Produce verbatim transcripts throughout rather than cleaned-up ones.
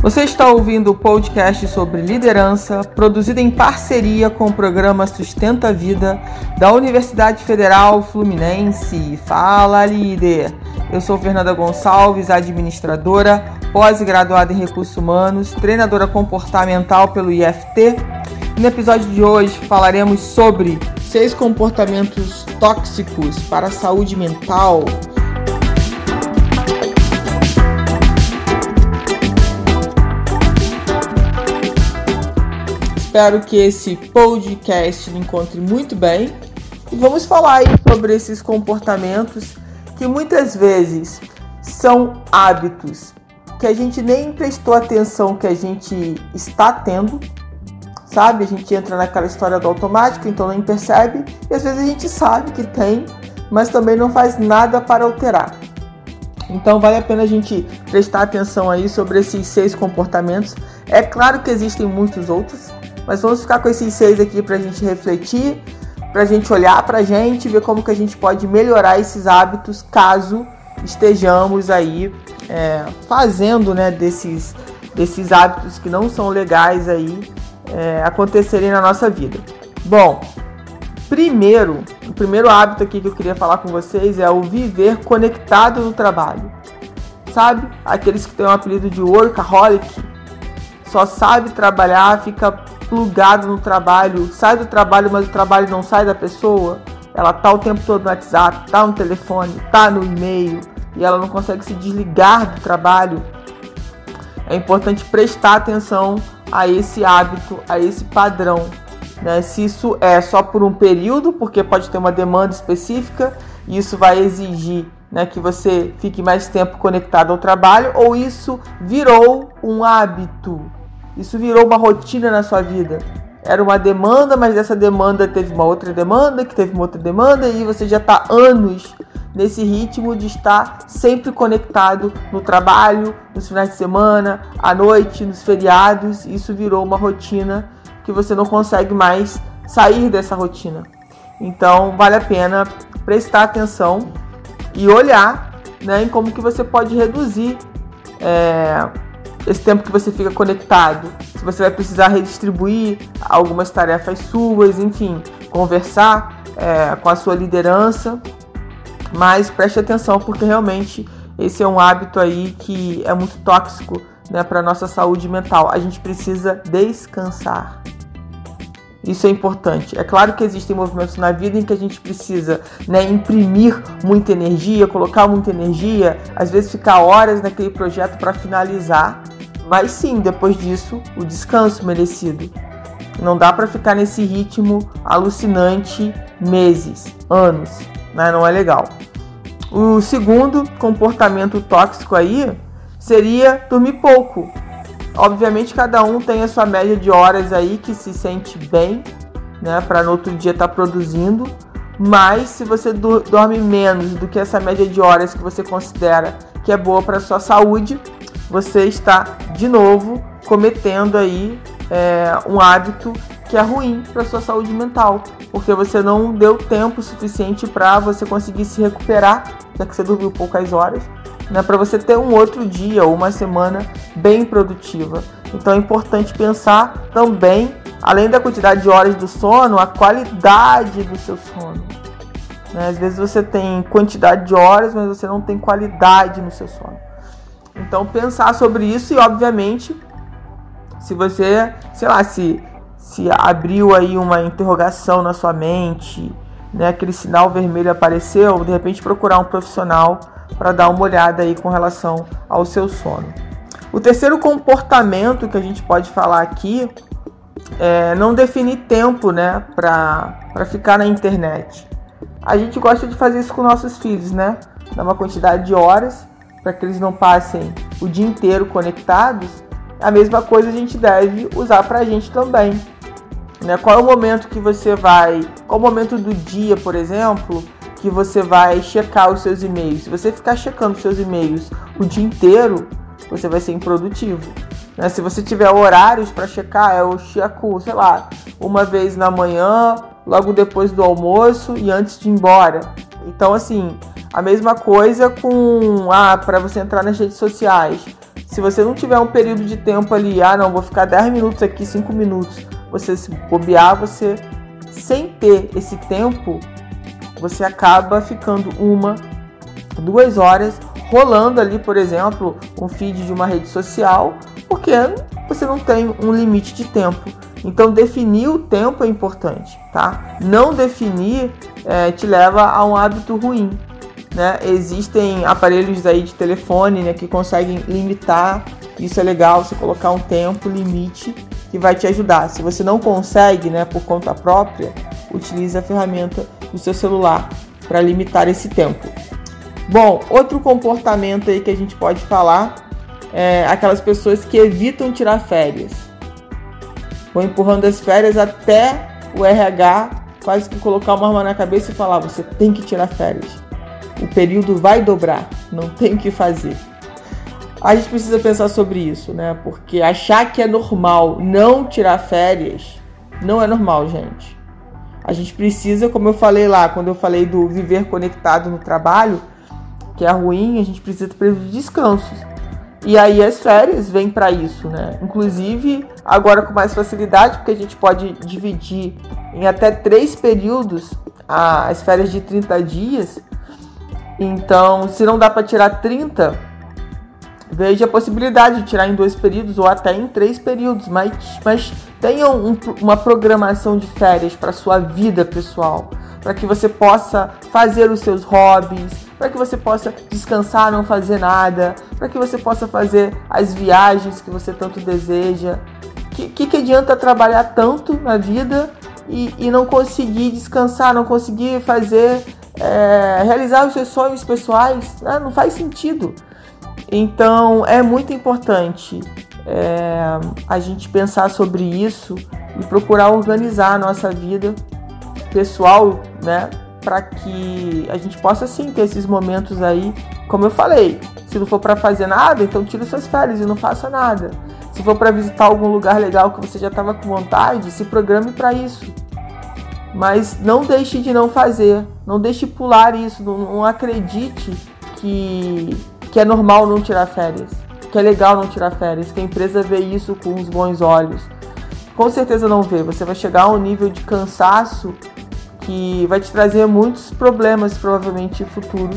Você está ouvindo o podcast sobre liderança, produzido em parceria com o programa Sustenta a Vida da Universidade Federal Fluminense. Fala, líder! Eu sou Fernanda Gonçalves, administradora, pós-graduada em Recursos Humanos, treinadora comportamental pelo I F T. E no episódio de hoje falaremos sobre seis comportamentos tóxicos para a saúde mental. Espero que esse podcast lhe encontre muito bem e vamos falar aí sobre esses comportamentos que muitas vezes são hábitos que a gente nem prestou atenção que a gente está tendo, sabe? A gente entra naquela história do automático, então nem percebe, e às vezes a gente sabe que tem, mas também não faz nada para alterar. Então vale a pena a gente prestar atenção aí sobre esses seis comportamentos. É claro que existem muitos outros, mas vamos ficar com esses seis aqui para a gente refletir, para a gente olhar para a gente, ver como que a gente pode melhorar esses hábitos caso estejamos aí é, fazendo, né, desses, desses hábitos que não são legais aí é, acontecerem na nossa vida. Bom, primeiro, o primeiro hábito aqui que eu queria falar com vocês é o viver conectado no trabalho. Sabe? Aqueles que têm o apelido de workaholic, só sabe trabalhar, fica plugado no trabalho, sai do trabalho, mas o trabalho não sai da pessoa. Ela tá o tempo todo no WhatsApp, tá no telefone, tá no e-mail e ela não consegue se desligar do trabalho. É importante prestar atenção a esse hábito, a esse padrão, né? Se isso é só por um período, porque pode ter uma demanda específica e isso vai exigir, né, que você fique mais tempo conectado ao trabalho, ou isso virou um hábito. Isso virou uma rotina na sua vida. Era uma demanda, mas dessa demanda teve uma outra demanda, que teve uma outra demanda, e você já está anos nesse ritmo de estar sempre conectado no trabalho, nos finais de semana, à noite, nos feriados. Isso virou uma rotina que você não consegue mais sair dessa rotina. Então, vale a pena prestar atenção e olhar, né, em como que você pode reduzir é, esse tempo que você fica conectado, se você vai precisar redistribuir algumas tarefas suas, enfim, conversar é, com a sua liderança, mas preste atenção porque realmente esse é um hábito aí que é muito tóxico, né, para a nossa saúde mental. A gente precisa descansar. Isso é importante. É claro que existem movimentos na vida em que a gente precisa, né, imprimir muita energia, colocar muita energia, às vezes ficar horas naquele projeto para finalizar, mas sim, depois disso, o descanso merecido. Não dá para ficar nesse ritmo alucinante meses, anos, né? Não é legal. O segundo comportamento tóxico aí seria dormir pouco. Obviamente cada um tem a sua média de horas aí que se sente bem, né, para no outro dia estar produzindo, mas se você do- dorme menos do que essa média de horas que você considera que é boa para a sua saúde, você está de novo cometendo aí é, um hábito que é ruim para a sua saúde mental, porque você não deu tempo suficiente para você conseguir se recuperar, já que você dormiu poucas horas, né, para você ter um outro dia ou uma semana bem produtiva. Então é importante pensar também, além da quantidade de horas do sono, a qualidade do seu sono. Né? Às vezes você tem quantidade de horas, mas você não tem qualidade no seu sono. Então pensar sobre isso e, obviamente, se você, sei lá, se, se abriu aí uma interrogação na sua mente, né, aquele sinal vermelho apareceu, de repente procurar um profissional para dar uma olhada aí com relação ao seu sono. O terceiro comportamento que a gente pode falar aqui é não definir tempo, né, para para ficar na internet. A gente gosta de fazer isso com nossos filhos, né? Dar uma quantidade de horas para que eles não passem o dia inteiro conectados. A mesma coisa a gente deve usar para a gente também, né? Qual é o momento que você vai... Qual é o momento do dia, por exemplo, que você vai checar os seus e-mails? Se você ficar checando os seus e-mails o dia inteiro, você vai ser improdutivo, né? Se você tiver horários para checar, eu checo, sei lá, uma vez na manhã, logo depois do almoço e antes de ir embora. Então, assim, a mesma coisa com... Ah, para você entrar nas redes sociais. Se você não tiver um período de tempo ali, ah não, vou ficar dez minutos aqui, cinco minutos, você se bobear, você sem ter esse tempo, você acaba ficando uma, duas horas rolando ali, por exemplo, um feed de uma rede social, porque você não tem um limite de tempo. Então definir o tempo é importante, tá? Não definir é, te leva a um hábito ruim, né? Existem aparelhos aí de telefone, né, que conseguem limitar. Isso é legal, você colocar um tempo limite que vai te ajudar. Se você não consegue, né, por conta própria, utilize a ferramenta do seu celular para limitar esse tempo. Bom, outro comportamento aí que a gente pode falar é aquelas pessoas que evitam tirar férias. Vão empurrando as férias até o R H quase que colocar uma arma na cabeça e falar: você tem que tirar férias. O período vai dobrar, não tem o que fazer. A gente precisa pensar sobre isso, né? Porque achar que é normal não tirar férias não é normal, gente. A gente precisa, como eu falei lá, quando eu falei do viver conectado no trabalho, que é ruim, a gente precisa ter período de descansos. E aí as férias vêm para isso, né? Inclusive, agora com mais facilidade, porque a gente pode dividir em até três períodos as férias de trinta dias. Então, se não dá para tirar trinta, veja a possibilidade de tirar em dois períodos ou até em três períodos, mas, mas tenha um, uma programação de férias para sua vida pessoal, para que você possa fazer os seus hobbies, para que você possa descansar, não fazer nada, para que você possa fazer as viagens que você tanto deseja. Que, que, que adianta trabalhar tanto na vida e, e não conseguir descansar, não conseguir fazer, é, realizar os seus sonhos pessoais? Né? Não faz sentido. Então é muito importante é, a gente pensar sobre isso e procurar organizar a nossa vida pessoal, né, para que a gente possa sim ter esses momentos aí, como eu falei, se não for para fazer nada, então tire suas férias e não faça nada. Se for para visitar algum lugar legal que você já estava com vontade, se programe para isso. Mas não deixe de não fazer, não deixe pular isso, não, não acredite que, que é normal não tirar férias, que é legal não tirar férias, que a empresa vê isso com os bons olhos. Com certeza não vê, você vai chegar a um nível de cansaço que vai te trazer muitos problemas, provavelmente futuros,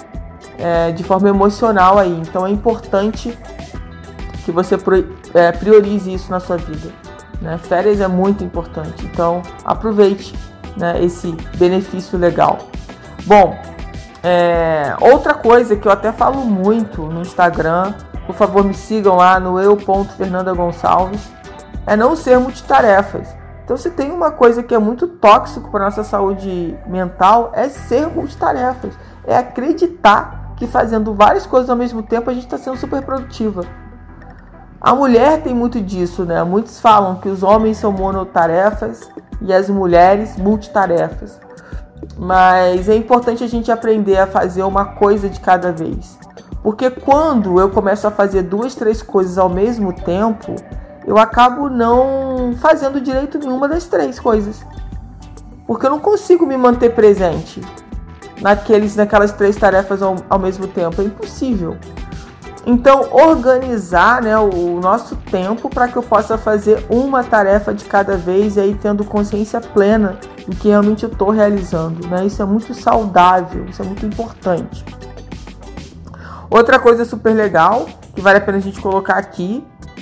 é, de forma emocional aí. Então é importante que você é, priorize isso na sua vida, né? Férias é muito importante, então aproveite, né, esse benefício legal. Bom, é, outra coisa que eu até falo muito no Instagram, por favor me sigam lá no eu ponto fernanda gonçalves, é não ser multitarefas. Então, se tem uma coisa que é muito tóxico para a nossa saúde mental, é ser multitarefas. É acreditar que fazendo várias coisas ao mesmo tempo a gente está sendo super produtiva. A mulher tem muito disso, né? Muitos falam que os homens são monotarefas e as mulheres multitarefas. Mas é importante a gente aprender a fazer uma coisa de cada vez. Porque quando eu começo a fazer duas, três coisas ao mesmo tempo, eu acabo não fazendo direito nenhuma das três coisas. Porque eu não consigo me manter presente naqueles, naquelas três tarefas ao, ao mesmo tempo. É impossível. Então, organizar, né, o nosso tempo para que eu possa fazer uma tarefa de cada vez e aí tendo consciência plena do que realmente eu estou realizando. Né? Isso é muito saudável, isso é muito importante. Outra coisa super legal, que vale a pena a gente colocar aqui,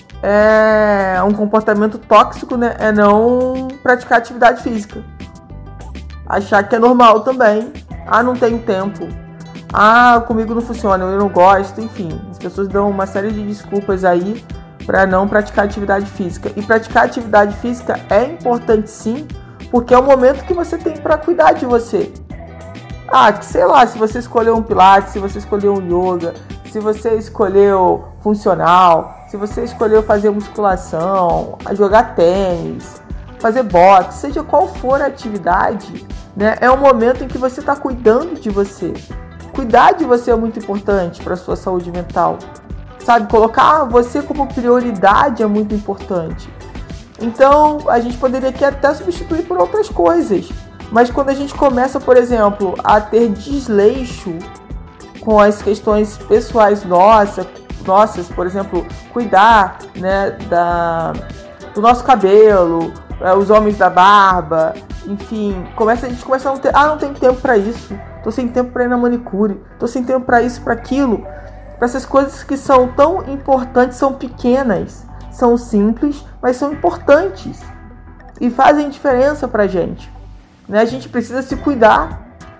é um comportamento tóxico, né? É não praticar atividade física. Achar que é normal também. Ah, não tenho tempo. Ah, comigo não funciona, eu não gosto. Enfim, as pessoas dão uma série de desculpas aí para não praticar atividade física. E praticar atividade física é importante sim, porque é o momento que você tem para cuidar de você. Ah, que sei lá, se você escolheu um pilates, se você escolheu um yoga, se você escolheu funcional, se você escolheu fazer musculação, jogar tênis, fazer boxe, seja qual for a atividade, né, é um momento em que você está cuidando de você. Cuidar de você é muito importante para a sua saúde mental. Sabe, colocar você como prioridade é muito importante. Então, a gente poderia aqui até substituir por outras coisas. Mas quando a gente começa, por exemplo, a ter desleixo com as questões pessoais nossas, nossas, por exemplo, cuidar, né, da, do nosso cabelo, é, os homens da barba, enfim, começa, a gente começa a não ter, ah, não tenho tempo para isso, tô sem tempo para ir na manicure, tô sem tempo para isso, para aquilo, para essas coisas que são tão importantes, são pequenas, são simples, mas são importantes e fazem diferença pra gente, né? A gente precisa se cuidar.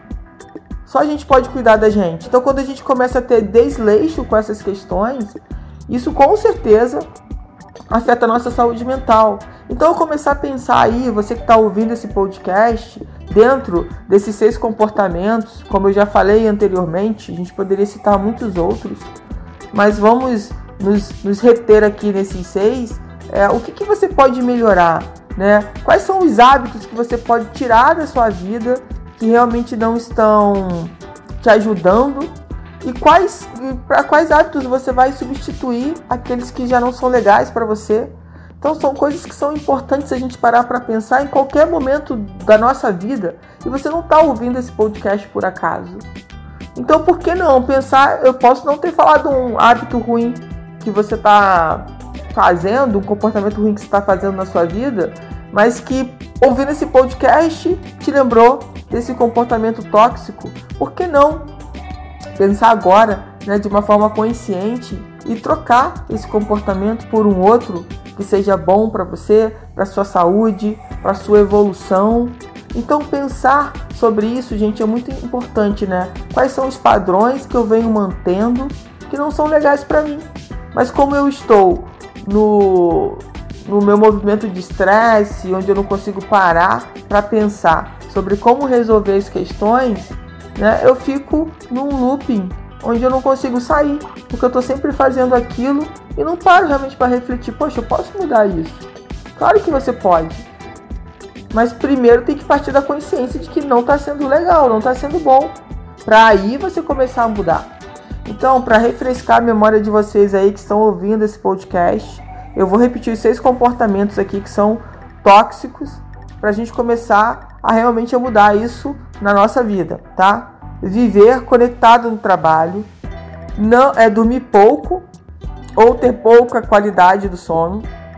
Só a gente pode cuidar da gente. Então, quando a gente começa a ter desleixo com essas questões, isso com certeza afeta a nossa saúde mental. Então, eu começar a pensar aí, você que está ouvindo esse podcast, dentro desses seis comportamentos, como eu já falei anteriormente, a gente poderia citar muitos outros, mas vamos nos, nos reter aqui nesses seis. É, o que, que você pode melhorar, né? Quais são os hábitos que você pode tirar da sua vida que realmente não estão te ajudando, e quais, para quais hábitos você vai substituir aqueles que já não são legais para você. Então são coisas que são importantes a gente parar para pensar em qualquer momento da nossa vida, e você não está ouvindo esse podcast por acaso. Então por que não pensar, eu posso não ter falado um hábito ruim que você está fazendo, um comportamento ruim que você está fazendo na sua vida, mas que ouvindo esse podcast te lembrou desse comportamento tóxico. Por que não pensar agora, né, de uma forma consciente e trocar esse comportamento por um outro que seja bom para você, para sua saúde, para sua evolução? Então pensar sobre isso, gente, é muito importante, né? Quais são os padrões que eu venho mantendo que não são legais para mim? Mas como eu estou no, no meu movimento de estresse, onde eu não consigo parar para pensar sobre como resolver as questões, né, eu fico num looping onde eu não consigo sair, porque eu estou sempre fazendo aquilo e não paro realmente para refletir, poxa, eu posso mudar isso? Claro que você pode, mas primeiro tem que partir da consciência de que não está sendo legal, não está sendo bom, para aí você começar a mudar. Então, para refrescar a memória de vocês aí que estão ouvindo esse podcast, eu vou repetir os seis comportamentos aqui que são tóxicos, para a gente começar a realmente mudar isso na nossa vida, tá? Viver conectado no trabalho, não é dormir pouco ou ter pouca qualidade do sono,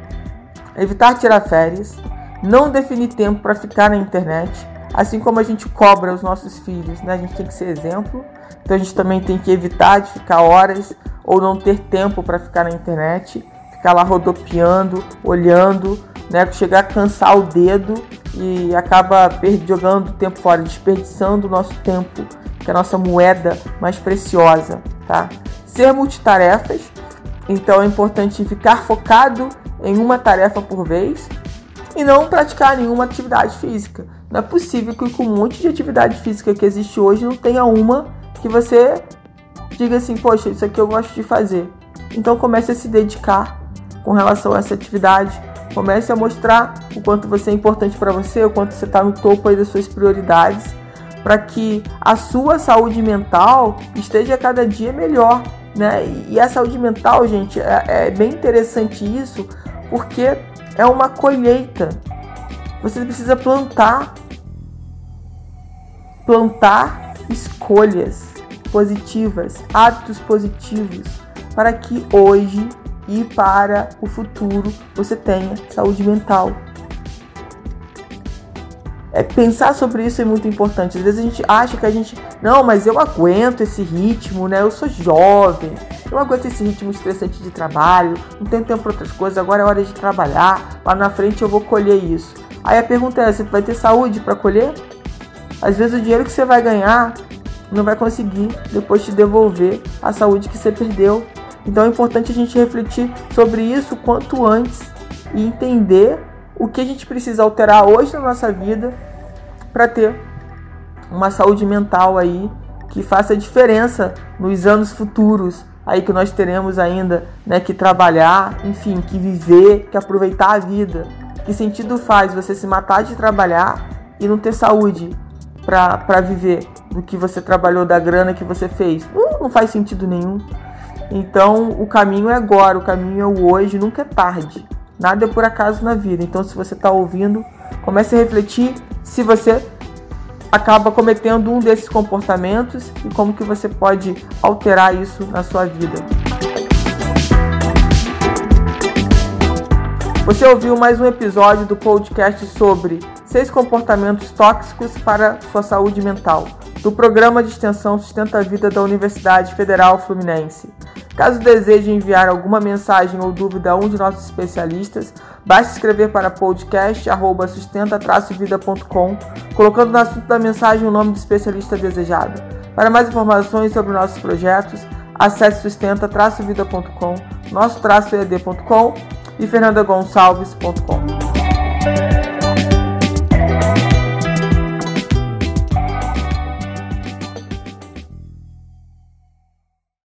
evitar tirar férias, não definir tempo para ficar na internet, assim como a gente cobra os nossos filhos, né? A gente tem que ser exemplo, então a gente também tem que evitar de ficar horas ou não ter tempo para ficar na internet, ficar lá rodopiando, olhando, né? Chegar a cansar o dedo e acaba jogando o tempo fora, desperdiçando o nosso tempo, que é a nossa moeda mais preciosa, tá? Ser multitarefas, então é importante ficar focado em uma tarefa por vez e não praticar nenhuma atividade física. Não é possível que com um monte de atividade física que existe hoje não tenha uma que você diga assim, poxa, isso aqui eu gosto de fazer. Então comece a se dedicar com relação a essa atividade. Comece a mostrar o quanto você é importante para você, o quanto você está no topo aí das suas prioridades, para que a sua saúde mental esteja cada dia melhor, né? E a saúde mental, gente, é, é bem interessante isso, porque é uma colheita. Você precisa plantar, plantar escolhas positivas, hábitos positivos, para que hoje e para o futuro você tenha saúde mental. É, pensar sobre isso é muito importante. Às vezes a gente acha que a gente, não, mas eu aguento esse ritmo, né? Eu sou jovem, eu aguento esse ritmo estressante de trabalho, não tenho tempo para outras coisas, agora é hora de trabalhar, lá na frente eu vou colher isso. Aí a pergunta é, você vai ter saúde para colher? Às vezes o dinheiro que você vai ganhar não vai conseguir depois te devolver a saúde que você perdeu. Então é importante a gente refletir sobre isso quanto antes e entender o que a gente precisa alterar hoje na nossa vida para ter uma saúde mental aí que faça diferença nos anos futuros aí que nós teremos ainda, né, que trabalhar, enfim, que viver, que aproveitar a vida. Que sentido faz você se matar de trabalhar e não ter saúde para viver do que você trabalhou, da grana que você fez? Não, não faz sentido nenhum. Então o caminho é agora, o caminho é o hoje, nunca é tarde. Nada é por acaso na vida. Então se você está ouvindo, comece a refletir se você acaba cometendo um desses comportamentos e como que você pode alterar isso na sua vida. Você ouviu mais um episódio do podcast sobre seis comportamentos tóxicos para sua saúde mental, do programa de extensão Sustenta a Vida da Universidade Federal Fluminense. Caso deseje enviar alguma mensagem ou dúvida a um de nossos especialistas, basta escrever para podcast arroba sustenta traço vida ponto com, colocando no assunto da mensagem o nome do especialista desejado. Para mais informações sobre nossos projetos, acesse sustenta traço vida ponto com, nosso traço e d ponto com e fernanda gonçalves ponto com.